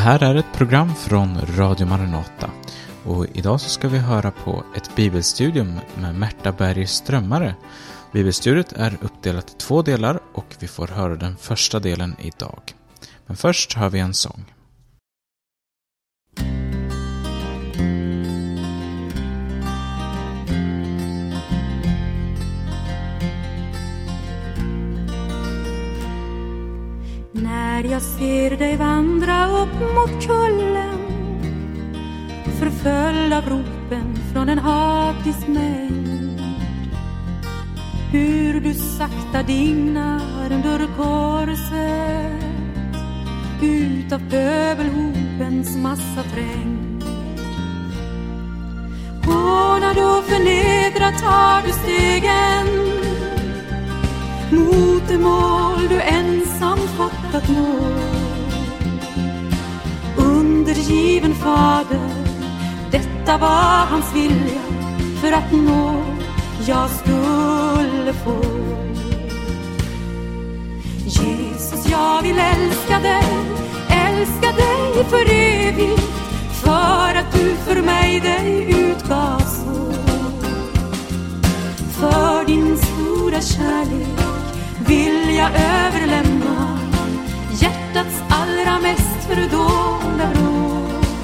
här är ett program från Radio Maranata och idag så ska vi höra på ett bibelstudium med Märta Berg Strömmare. Bibelstudiet är uppdelat i 2 delar och vi får höra den första delen idag. Men först har vi en sång. När jag ser dig vandra upp mot kullen, förföljd av ropen från en hatisk mängd, hur du sakta dignar under korset, ut av pöbelhopens massa trängd. Och när du förnedrat tar du stegen mot det mål du ensam fått att nå. Undergiven fader, detta var hans vilja, för att nå jag skulle få. Jesus, jag vill älska dig för evigt, för att du för mig dig utgav så. För din stora kärlek vill jag överlämna hjärtats allra mest fördolda vrå.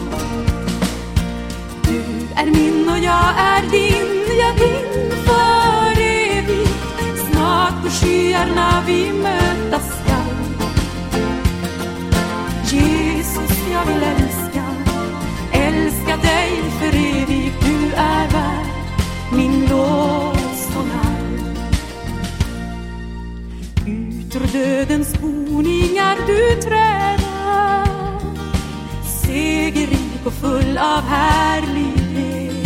Du är min och jag är din, jag din för evigt. Snart på skyarna vi mötas skall. Jesus, jag vill älska dig för evigt. Du är värd min lovsång. Ut ur dödens boningar du träder, segerrik och full av härlighet.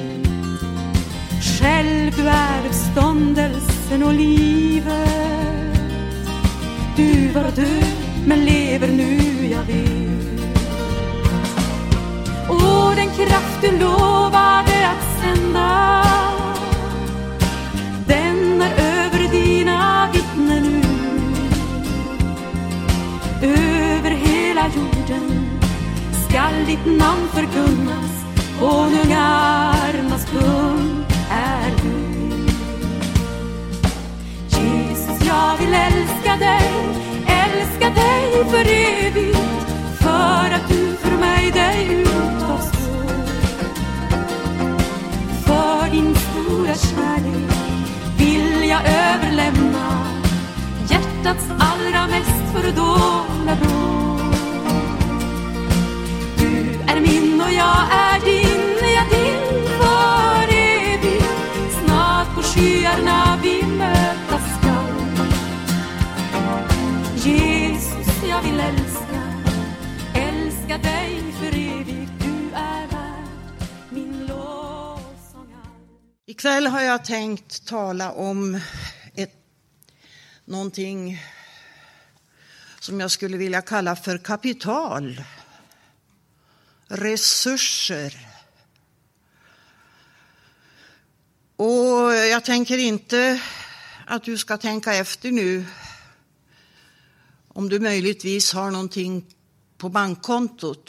Själv du är uppståndelsen och livet. Du var död men lever nu, jag vet. Och den kraft du lovade att sända, den är över dina vittnen nu. Över hela jorden skall ditt namn förkunnas, konungarnas kung är du. Jesus, jag vill älska dig för evigt, för att du för mig dig utgav så. För din stora kärlek vill jag överlämna hjärtats allra mest fördolda vrå. Du är min och jag är din, jag din för evigt. Snart på skyarna vi mötas skall. Jesus, jag vill älska dig för evigt. Du är värd min lovsång. Ikväll har jag tänkt tala om någonting som jag skulle vilja kalla för kapital, resurser. Och jag tänker inte att du ska tänka efter nu om du möjligtvis har någonting på bankkontot.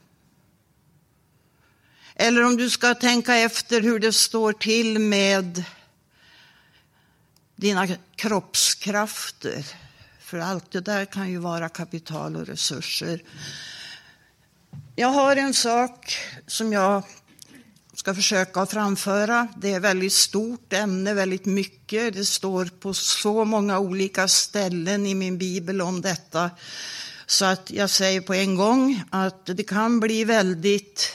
Eller om du ska tänka efter hur det står till med dina kroppskrafter. För allt det där kan ju vara kapital och resurser. Jag har en sak som jag ska försöka framföra. Det är väldigt stort ämne, väldigt mycket. Det står på så många olika ställen i min bibel om detta. Så att jag säger på en gång att det kan bli väldigt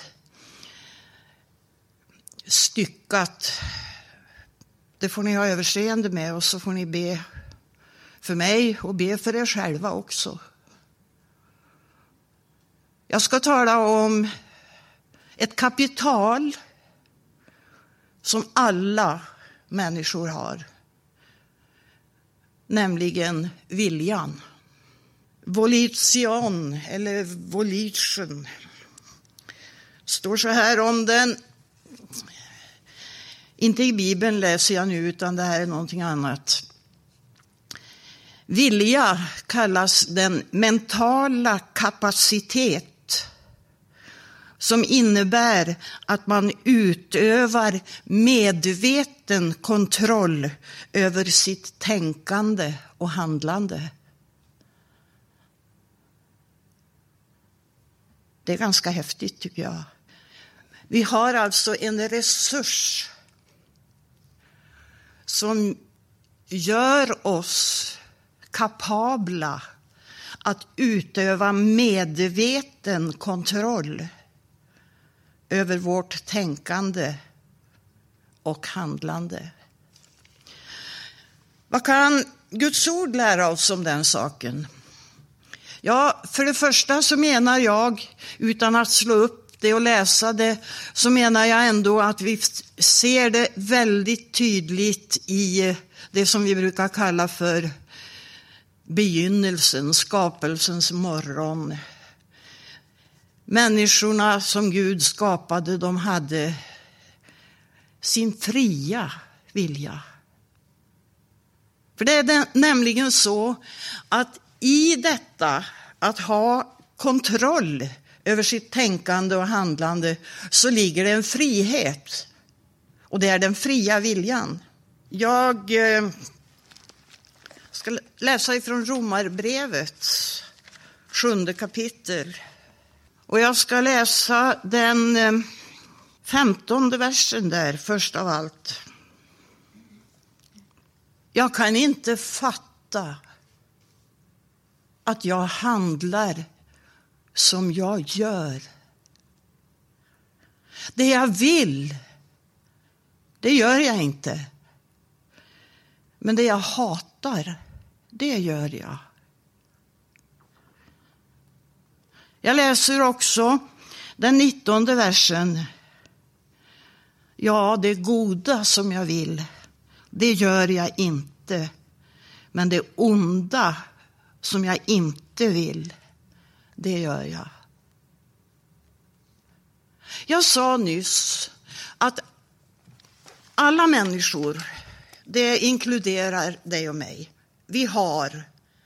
styckat. Det får ni ha överseende med, och så får ni be för mig och be för er själva också. Jag ska tala om ett kapital som alla människor har, nämligen viljan. Volition eller volition står så här om den. Inte i Bibeln läser jag nu, utan det här är någonting annat. Vilja kallas den mentala kapacitet som innebär att man utövar medveten kontroll över sitt tänkande och handlande. Det är ganska häftigt tycker jag. Vi har alltså en resurs som gör oss kapabla att utöva medveten kontroll över vårt tänkande och handlande. Vad kan Guds ord lära oss om den saken? Ja, för det första så menar jag, utan att slå upp det och läsa det, så menar jag ändå att vi ser det väldigt tydligt i det som vi brukar kalla för begynnelsen, skapelsens morgon. Människorna som Gud skapade, de hade sin fria vilja. För det är nämligen så att i detta att ha kontroll över sitt tänkande och handlande så ligger det en frihet. Och det är den fria viljan. Jag ska läsa ifrån Romarbrevet, 7:e kapitel. Och jag ska läsa den 15:e versen där, först av allt. Jag kan inte fatta att jag handlar som jag gör. Det jag vill, det gör jag inte. Men det jag hatar, det gör jag. Jag läser också den 19:e versen. Ja, det goda som jag vill, det gör jag inte. Men det onda som jag inte vill, det gör jag. Jag sa nyss att alla människor, det inkluderar dig och mig, vi har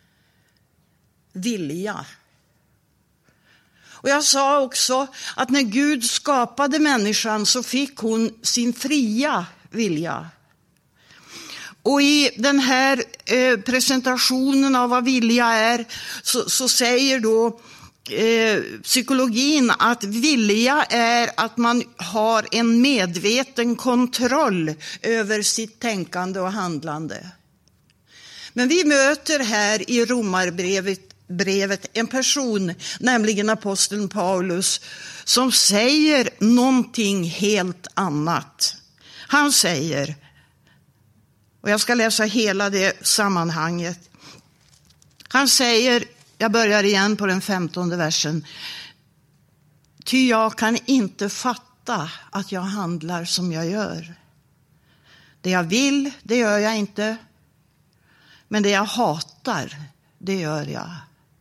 vilja. Och jag sa också att när Gud skapade människan så fick hon sin fria vilja. Och i den här presentationen av vad vilja är så säger då psykologin att vilja är att man har en medveten kontroll över sitt tänkande och handlande. Men vi möter här i Romarbrevet en person, nämligen aposteln Paulus, som säger någonting helt annat. Han säger, och jag ska läsa hela det sammanhanget. Han säger, jag börjar igen på den 15:e versen. Ty jag kan inte fatta att jag handlar som jag gör. Det jag vill, det gör jag inte. Men det jag hatar, det gör jag.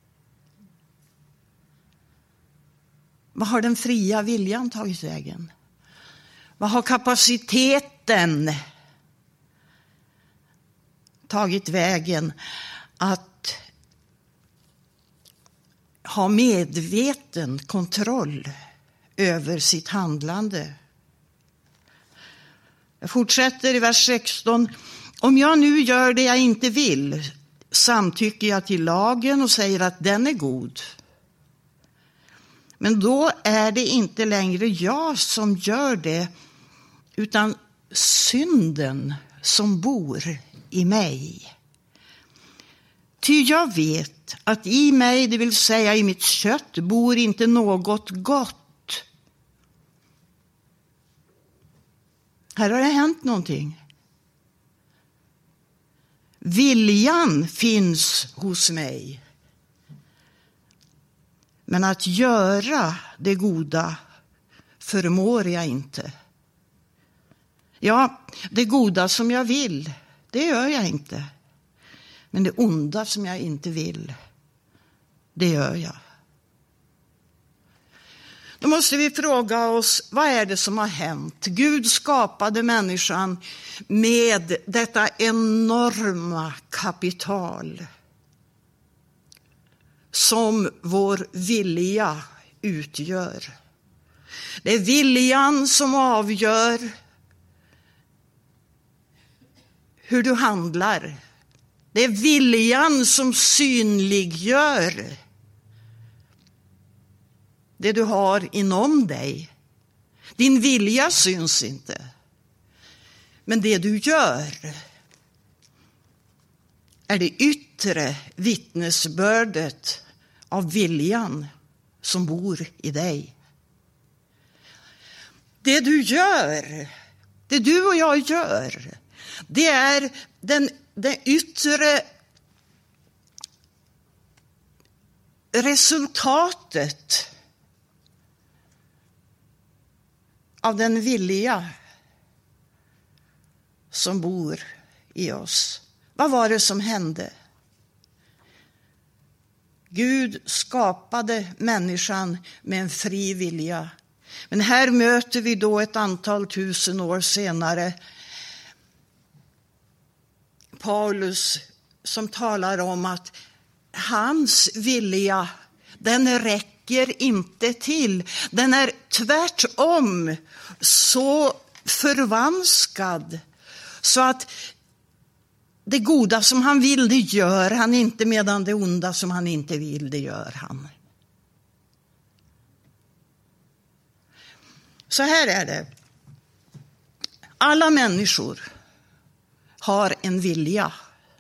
Vad har den fria viljan tagit vägen? Vad har kapaciteten tagit vägen att ha medveten kontroll över sitt handlande? Jag fortsätter i vers 16. Om jag nu gör det jag inte vill, samtycker jag till lagen och säger att den är god. Men då är det inte längre jag som gör det, utan synden som bor i mig. Ty jag vet att i mig, det vill säga i mitt kött, bor inte något gott. Här har det hänt någonting. Viljan finns hos mig. Men att göra det goda förmår jag inte. Ja, det goda som jag vill, det gör jag inte. Men det onda som jag inte vill, det gör jag. Då måste vi fråga oss, vad är det som har hänt? Gud skapade människan med detta enorma kapital som vår vilja utgör. Det är viljan som avgör hur du handlar. Det är viljan som synliggör det du har inom dig. Din vilja syns inte. Men det du gör är det yttre vittnesbördet av viljan som bor i dig. Det du gör, det du och jag gör, det är det yttre resultatet av den vilja som bor i oss. Vad var det som hände? Gud skapade människan med en fri vilja. Men här möter vi då ett antal tusen år senare Paulus som talar om att hans vilja, den räcker inte till. Den är tvärtom så förvanskad så att det goda som han vill, det gör han inte, medan det onda som han inte vill, det gör han. Så här är det. Alla människor har en vilja.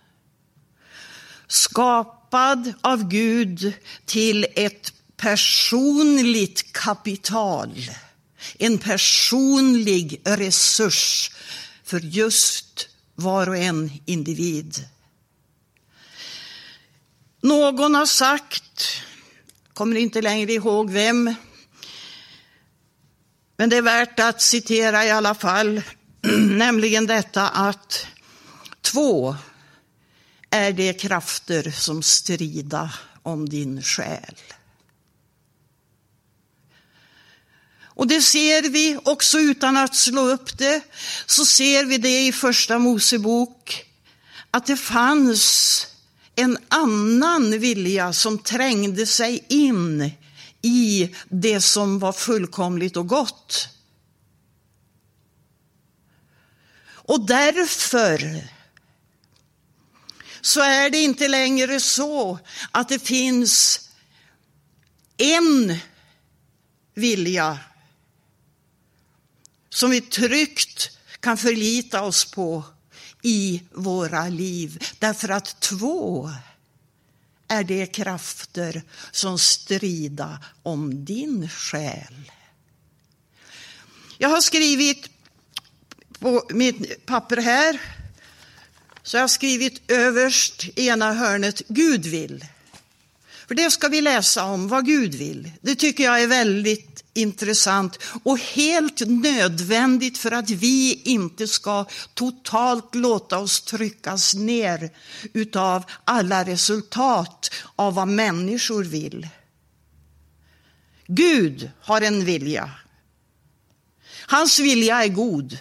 Skapad av Gud till ett personligt kapital. En personlig resurs för just var och en individ. Någon har sagt, kommer inte längre ihåg vem, men det är värt att citera i alla fall, nämligen detta att 2 är de krafter som strida om din själ. Och det ser vi också utan att slå upp det, så ser vi det i Första Mosebok att det fanns en annan vilja som trängde sig in i det som var fullkomligt och gott. Och därför så är det inte längre så att det finns en vilja som vi tryggt kan förlita oss på i våra liv. Därför att 2 är det krafter som strida om din själ. Jag har skrivit på mitt papper här, så jag har skrivit överst i ena hörnet Gud vill. För det ska vi läsa om, vad Gud vill. Det tycker jag är väldigt intressant och helt nödvändigt för att vi inte ska totalt låta oss tryckas ner utav alla resultat av vad människor vill. Gud har en vilja. Hans vilja är god.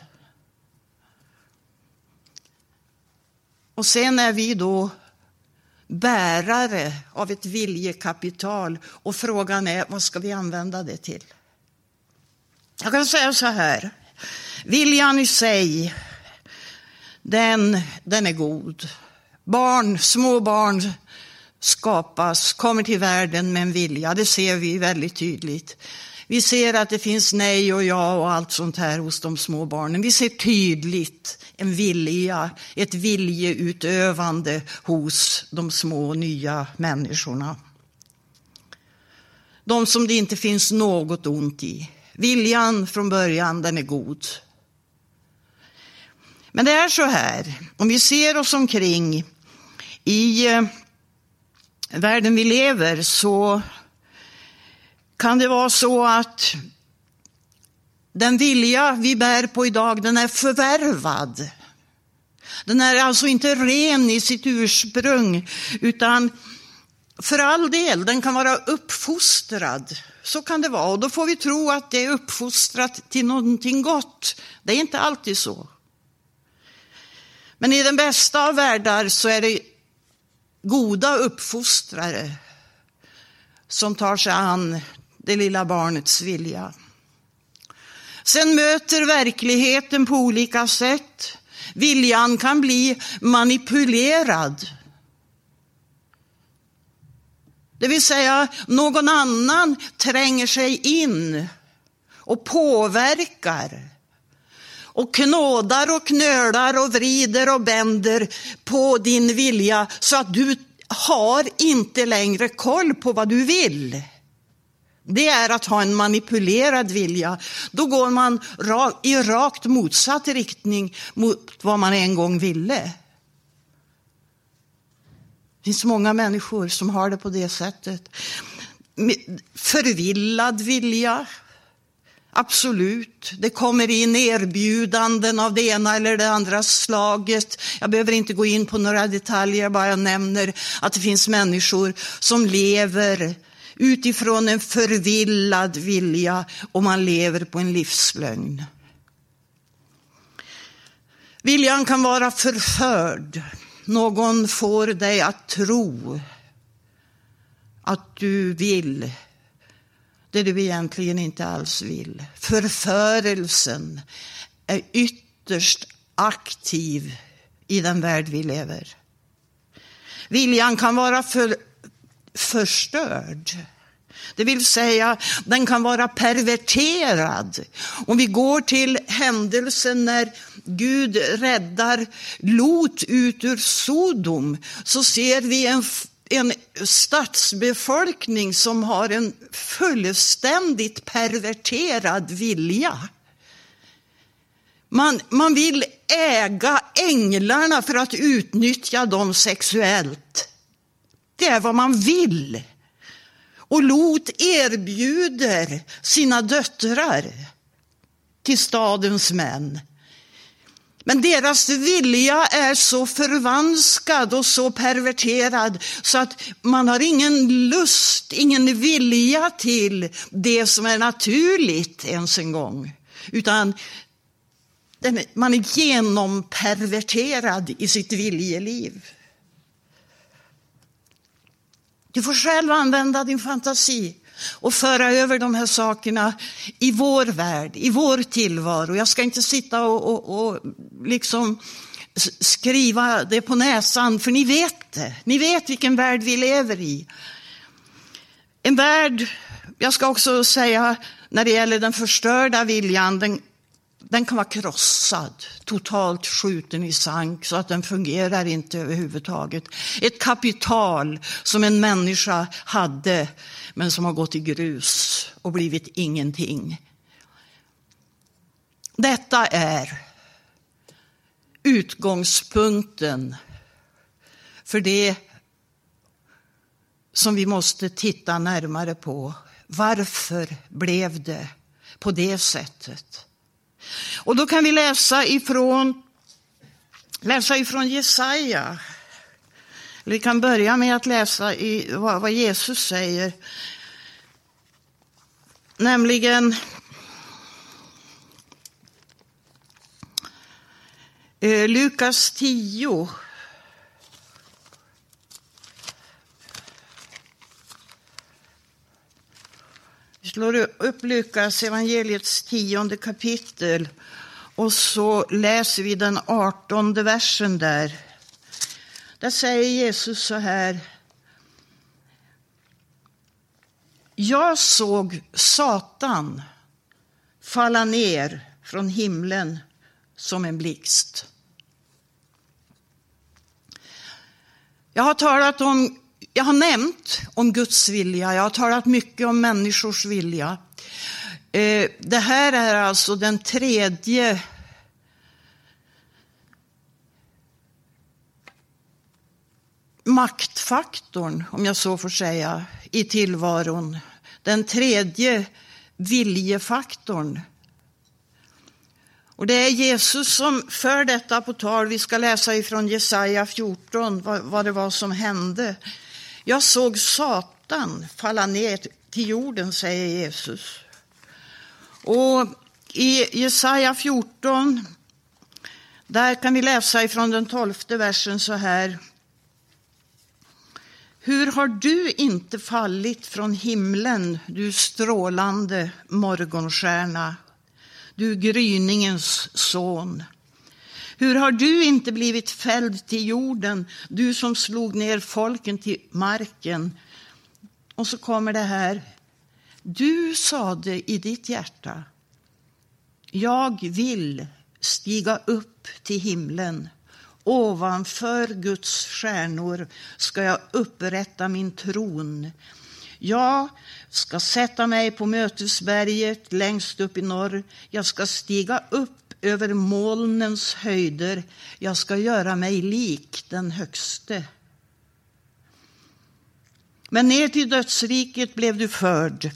Och sen är vi då bärare av ett viljekapital och frågan är, vad ska vi använda det till? Jag kan säga så här, viljan i sig, den är god. Små barn skapas, kommer till världen med en vilja, det ser vi väldigt tydligt. Vi ser att det finns nej och ja och allt sånt här hos de små barnen. Vi ser tydligt en vilja, ett viljeutövande hos de små nya människorna. De som det inte finns något ont i. Viljan från början, den är god. Men det är så här, om vi ser oss omkring i världen vi lever, så kan det vara så att den vilja vi bär på idag, den är förvärvad. Den är alltså inte ren i sitt ursprung, utan för all del, den kan vara uppfostrad. Så kan det vara, och då får vi tro att det är uppfostrat till någonting gott. Det är inte alltid så. Men i den bästa av världar så är det goda uppfostrare som tar sig an det lilla barnets vilja. Sen möter verkligheten på olika sätt. Viljan kan bli manipulerad. Det vill säga, någon annan tränger sig in och påverkar. Och knådar och knölar och vrider och bänder på din vilja så att du har inte längre koll på vad du vill. Det är att ha en manipulerad vilja. Då går man i rakt motsatt riktning mot vad man en gång ville. Det finns många människor som har det på det sättet. Förvillad vilja. Absolut. Det kommer in erbjudanden av det ena eller det andra slaget. Jag behöver inte gå in på några detaljer, bara jag nämner att det finns människor som lever utifrån en förvillad vilja och man lever på en livslögn. Viljan kan vara förförd. Någon får dig att tro att du vill det du egentligen inte alls vill. Förförelsen är ytterst aktiv i den värld vi lever. Viljan kan vara förstörd. Det vill säga, den kan vara perverterad. Om vi går till händelsen när Gud räddar Lot ut ur Sodom, så ser vi en stadsbefolkning som har en fullständigt perverterad vilja. Man vill äga änglarna för att utnyttja dem sexuellt. Det är vad man vill. Och Lot erbjuder sina döttrar till stadens män. Men deras vilja är så förvanskad och så perverterad så att man har ingen lust, ingen vilja till det som är naturligt ens en gång. Utan man är genomperverterad i sitt viljeliv. Du får själv använda din fantasi och föra över de här sakerna i vår värld, i vår tillvaro. Jag ska inte sitta och liksom skriva det på näsan, för ni vet det. Ni vet vilken värld vi lever i. En värld, jag ska också säga, när det gäller den förstörda viljan, den kan vara krossad, totalt skjuten i sank så att den fungerar inte överhuvudtaget. Ett kapital som en människa hade men som har gått i grus och blivit ingenting. Detta är utgångspunkten för det som vi måste titta närmare på. Varför blev det på det sättet? Och då kan vi läsa ifrån Jesaja. Vi kan börja med att läsa i vad Jesus säger. Nämligen Lukas 10. Vi slår upp Lukas evangeliets 10:e kapitel och så läser vi den 18:e versen där. Där säger Jesus så här: Jag såg Satan falla ner från himlen som en blixt. Jag har nämnt om Guds vilja. Jag har talat mycket om människors vilja. Det här är alltså den tredje maktfaktorn, om jag så får säga, i tillvaron. Den tredje viljefaktorn. Och det är Jesus som för detta på tal. Vi ska läsa ifrån Jesaja 14 vad det var som hände. Jag såg Satan falla ner till jorden, säger Jesus. Och i Jesaja 14, där kan vi läsa ifrån den 12:e versen så här: Hur har du inte fallit från himlen, du strålande morgonstjärna? du gryningens son? Hur har du inte blivit fälld till jorden, du som slog ner folken till marken? Och så kommer det här. Du sade i ditt hjärta, jag vill stiga upp till himlen. Ovanför Guds stjärnor ska jag upprätta min tron. Jag ska sätta mig på mötesberget längst upp i norr. Jag ska stiga upp över molnens höjder. Jag ska göra mig lik den högste. Men ner till dödsriket blev du förd.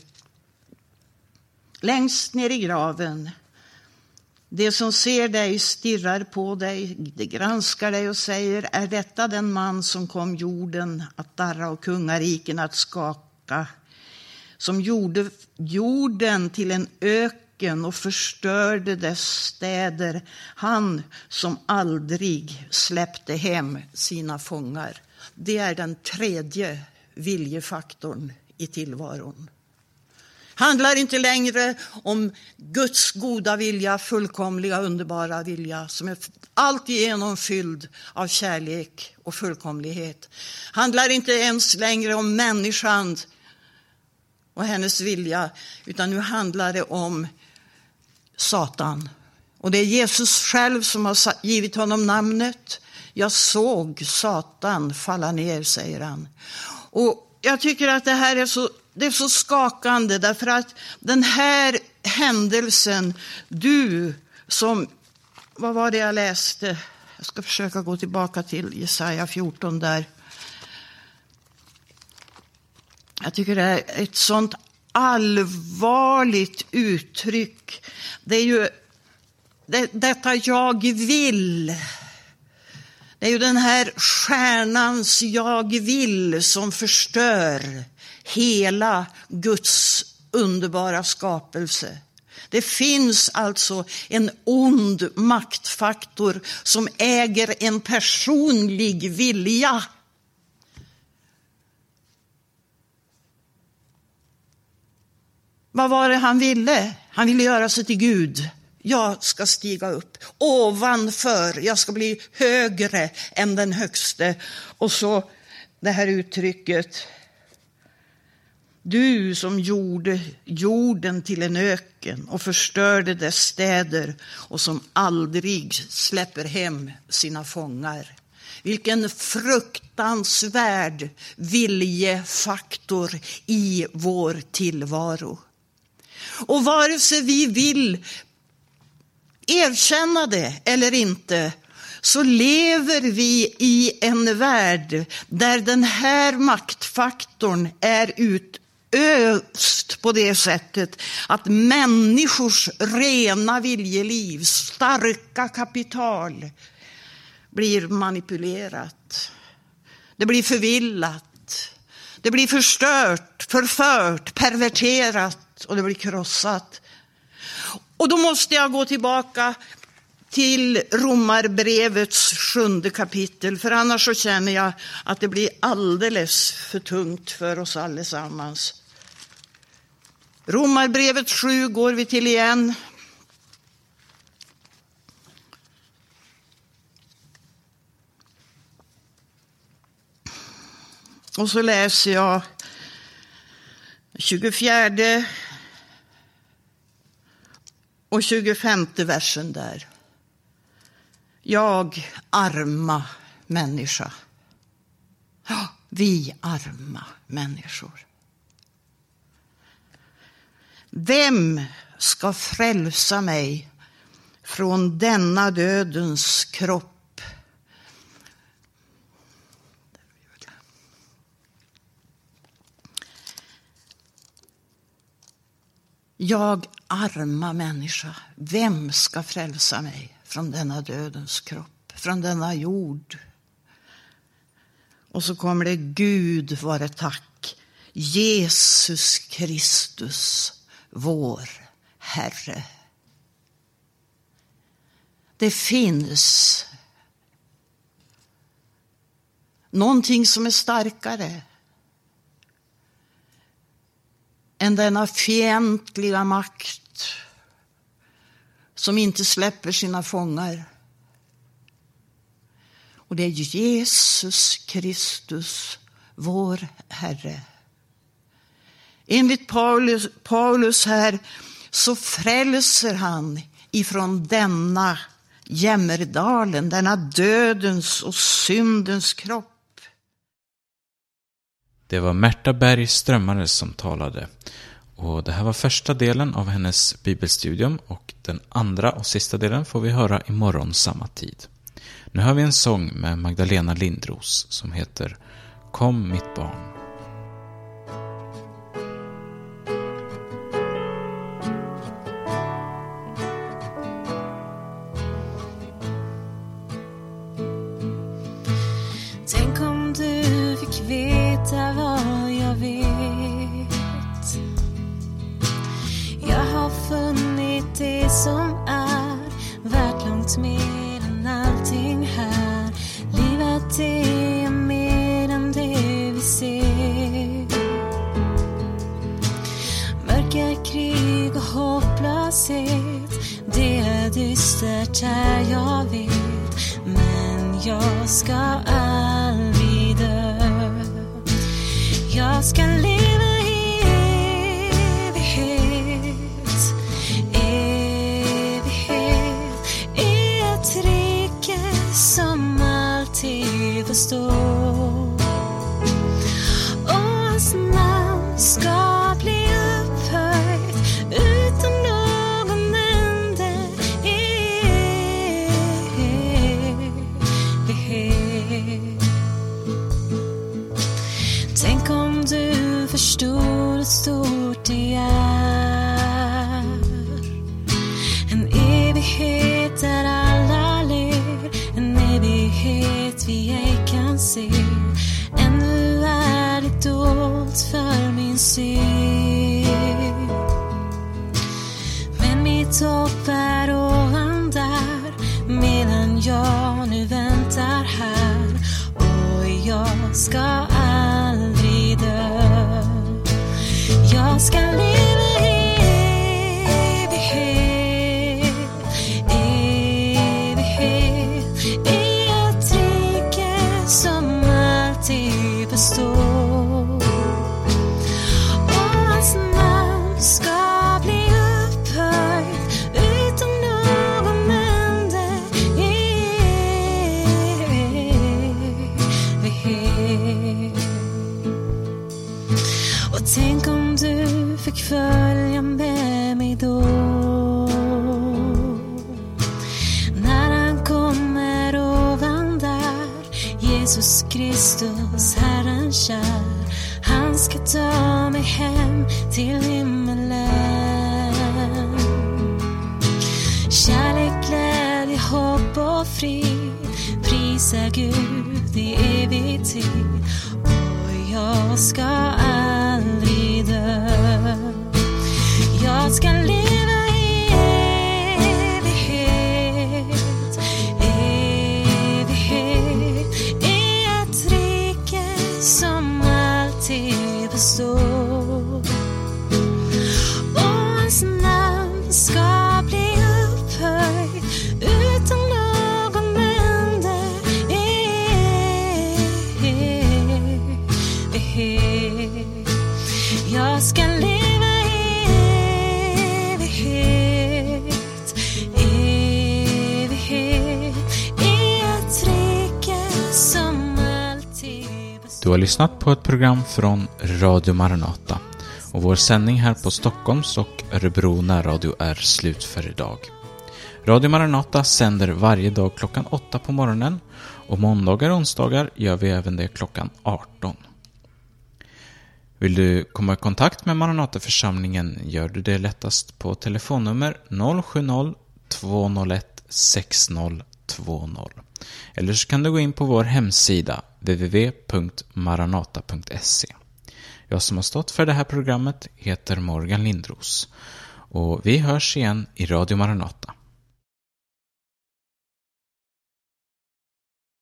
Längst ner i graven. Det som ser dig stirrar på dig, det granskar dig och säger, är detta den man som kom jorden att darra och kungariken att skaka? Som gjorde jorden till en öken och förstörde dess städer. Han som aldrig släppte hem sina fångar. Det är den tredje viljefaktorn i tillvaron. Handlar inte längre om Guds goda vilja, fullkomliga, underbara vilja som är alltigenom fylld av kärlek och fullkomlighet. Handlar inte ens längre om människan och hennes vilja, utan nu handlar det om Satan. Och det är Jesus själv som har givit honom namnet. Jag såg Satan falla ner, säger han. Och jag tycker att det här är så skakande, därför att den här händelsen, du som, vad var det jag läste? Jag ska försöka gå tillbaka till Jesaja 14 där. Jag tycker det är ett sånt allvarligt uttryck. Det är ju detta jag vill. Det är ju den här stjärnans jag vill som förstör hela Guds underbara skapelse. Det finns alltså en ond maktfaktor som äger en personlig vilja. Vad var det han ville? Han ville göra sig till Gud. Jag ska stiga upp ovanför, jag ska bli högre än den högste. Och så det här uttrycket. Du som gjorde jorden till en öken och förstörde dess städer och som aldrig släpper hem sina fångar. Vilken fruktansvärd viljefaktor i vår tillvaro. Och vare sig vi vill erkänna det eller inte, så lever vi i en värld där den här maktfaktorn är utöst på det sättet att människors rena viljeliv, starka kapital blir manipulerat. Det blir förvillat. Det blir förstört, förfört, perverterat och det blir krossat. Och då måste jag gå tillbaka till Romarbrevets 7:e kapitel. För annars så känner jag att det blir alldeles för tungt för oss allesammans. Romarbrevet 7 går vi till igen. Och så läser jag 24 och 25 versen där. Jag arma människa. Ja, vi arma människor. Vem ska frälsa mig från denna dödens kropp? Jag arma människa, vem ska frälsa mig från denna dödens kropp, från denna jord? Och så kommer det, Gud vare tack, Jesus Kristus, vår Herre. Det finns någonting som är starkare än denna fientliga makt som inte släpper sina fångar. Och det är Jesus Kristus, vår Herre. Enligt Paulus här så frälser han ifrån denna jämmerdalen, denna dödens och syndens kropp. Det var Märta Berg Strömmare som talade. Och det här var första delen av hennes bibelstudium, och den andra och sista delen får vi höra imorgon samma tid. Nu har vi en sång med Magdalena Lindros som heter Kom mitt barn. Tänk om du fick veta vad jag vet. Jag har funnit det som är värt långt mer än allting här. Livet är mer än det vi ser. Mörka krig och hopplöshet, det är dystert här, jag vet. Men jag ska aldrig dö. Jag ska leva i evighet. Evighet i ett rike som alltid består. Och hans namn ska bli upphöjt utan någon ände. Evighet. Tänk om du förstår hur stort det är. En evighet där alla ler. En evighet vi ej kan se. Ännu är det dolt för min syn. Men mitt hopp är ovan där, medan jag nu väntar här. Och jag ska aldrig dö. Jag ska leva i evighet. Evighet i ett rike som alltid består. Och hans namn ska bli upphöjt utan någon ände. Evighet. Och tänk om du fick följa med mig då. När han kommer ovan där, Jesus Kristus, Herren kär. Han ska ta mig hem till himmelen. Kärlek, glädje, hopp och frid. Prisa Gud i evig tid. Och jag ska aldrig dö. Jag ska leva i evighet. Evighet i ett rike som alltid består. Och hans namn ska bli upphöjt utan någon ände. Evighet. Jag ska leva i evighet. Evighet i ett rike som alltid består. Du har lyssnat på ett program från Radio Maranata, och vår sändning här på Stockholms och Örebro närradio är slut för idag. Radio Maranata sänder varje dag klockan 8 på morgonen, och måndagar och onsdagar gör vi även det klockan 18. Vill du komma i kontakt med Maranataförsamlingen gör du det lättast på telefonnummer 070-201-6020. Eller så kan du gå in på vår hemsida www.maranata.se. Jag som har stått för det här programmet heter Morgan Lindros. Och vi hörs igen i Radio Maranata.